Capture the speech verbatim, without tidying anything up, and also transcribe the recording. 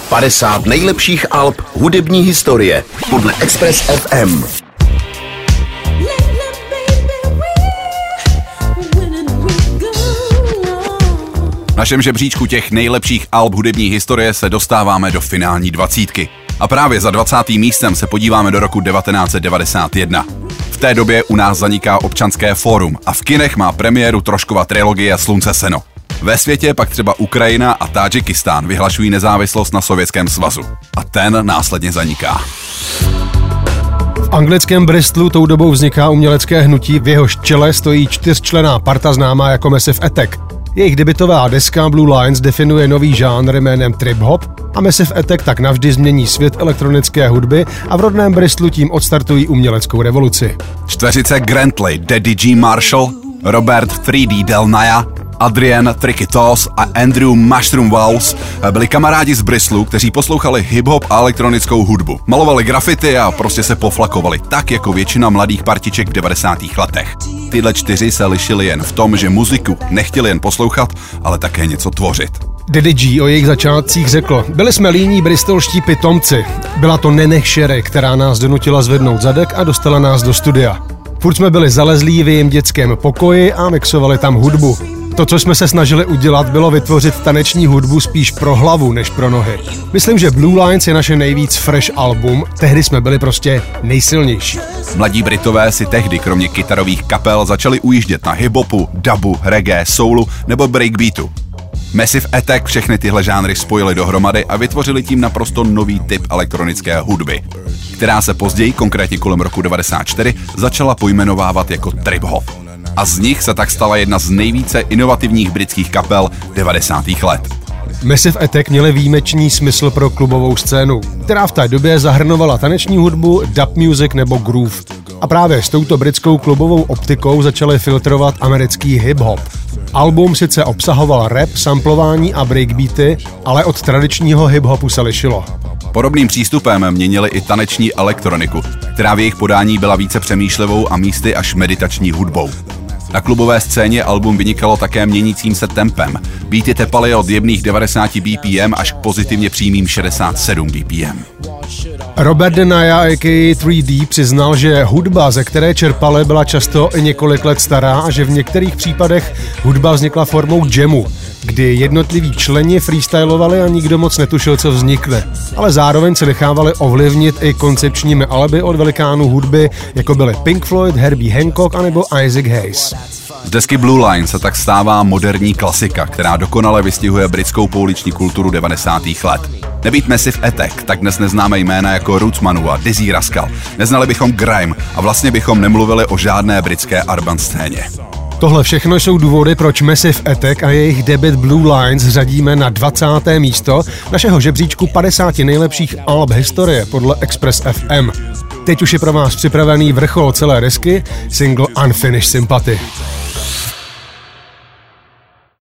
padesát nejlepších alb hudební historie podle Express F M. V našem žebříčku těch nejlepších alb hudební historie se dostáváme do finální dvacítky. A právě za dvacátým místem se podíváme do roku devatenáct set devadesát jedna. V té době u nás zaniká Občanské fórum a v kinech má premiéru Troškova trilogie Slunce seno. Ve světě pak třeba Ukrajina a Tádžikistán vyhlašují nezávislost na Sovětském svazu. A ten následně zaniká. V anglickém Bristolu tou dobou vzniká umělecké hnutí, v jehož čele stojí čtyřčlenná parta známá jako Massive Attack. Jejich debutová deska Blue Lines definuje nový žánr jménem trip-hop a Massive Attack tak navždy změní svět elektronické hudby a v rodném Bristolu tím odstartují uměleckou revoluci. Čtveřice Grantley, Daddy G. Marshall, Robert tři dé Del Naya, Adrian Tricky Toss a Andrew Mushroom Walls byli kamarádi z Bristolu, kteří poslouchali hip-hop a elektronickou hudbu. Malovali grafity a prostě se poflakovali, tak jako většina mladých partiček v devadesátých letech. Tyhle čtyři se lišili jen v tom, že muziku nechtěli jen poslouchat, ale také něco tvořit. Daddy G o jejich začátcích řekl: byli jsme líní bristolští pitomci. Byla to Nene Sherry, která nás donutila zvednout zadek a dostala nás do studia. Furt jsme byli zalezlí v jejím dětském pokoji a mixovali tam hudbu. To, co jsme se snažili udělat, bylo vytvořit taneční hudbu spíš pro hlavu než pro nohy. Myslím, že Blue Lines je naše nejvíc fresh album, tehdy jsme byli prostě nejsilnější. Mladí Britové si tehdy kromě kytarových kapel začali ujíždět na hip-hopu, dubu, reggae, soulu nebo breakbeatu. Massive Attack všechny tyhle žánry spojili dohromady a vytvořili tím naprosto nový typ elektronické hudby, která se později, konkrétně kolem roku devadesát čtyři, začala pojmenovávat jako trip-hop. A z nich se tak stala jedna z nejvíce inovativních britských kapel devadesátých let. Massive Attack měli výjimečný smysl pro klubovou scénu, která v té době zahrnovala taneční hudbu, dub music nebo groove. A právě s touto britskou klubovou optikou začali filtrovat americký hip-hop. Album sice obsahoval rap, samplování a breakbeaty, ale od tradičního hip-hopu se lišilo. Podobným přístupem měnili i taneční elektroniku, která v jejich podání byla více přemýšlivou a místy až meditační hudbou. Na klubové scéně album vynikalo také měnícím se tempem. Beaty tepaly od jemných devadesát B P M až k pozitivně přímým šedesát sedm B P M. Robert De Naya a k tři dé přiznal, že hudba, ze které čerpali, byla často i několik let stará a že v některých případech hudba vznikla formou jamu, kdy jednotliví členi freestylovali a nikdo moc netušil, co vznikne. Ale zároveň se nechávali ovlivnit i koncepčními alby od velikánů hudby, jako byly Pink Floyd, Herbie Hancock anebo Isaac Hayes. Z desky Blue Line se tak stává moderní klasika, která dokonale vystihuje britskou pouliční kulturu devadesátých let. Nebýt Massive Attack, tak dnes neznáme jména jako Rootsmanu a Dizzy Rascal. Neznali bychom grime a vlastně bychom nemluvili o žádné britské urban scéně. Tohle všechno jsou důvody, proč Massive Attack a jejich debut Blue Lines řadíme na dvacáté místo našeho žebříčku padesáti nejlepších alb historie podle Express F M. Teď už je pro vás připravený vrchol celé desky, single Unfinished Sympathy.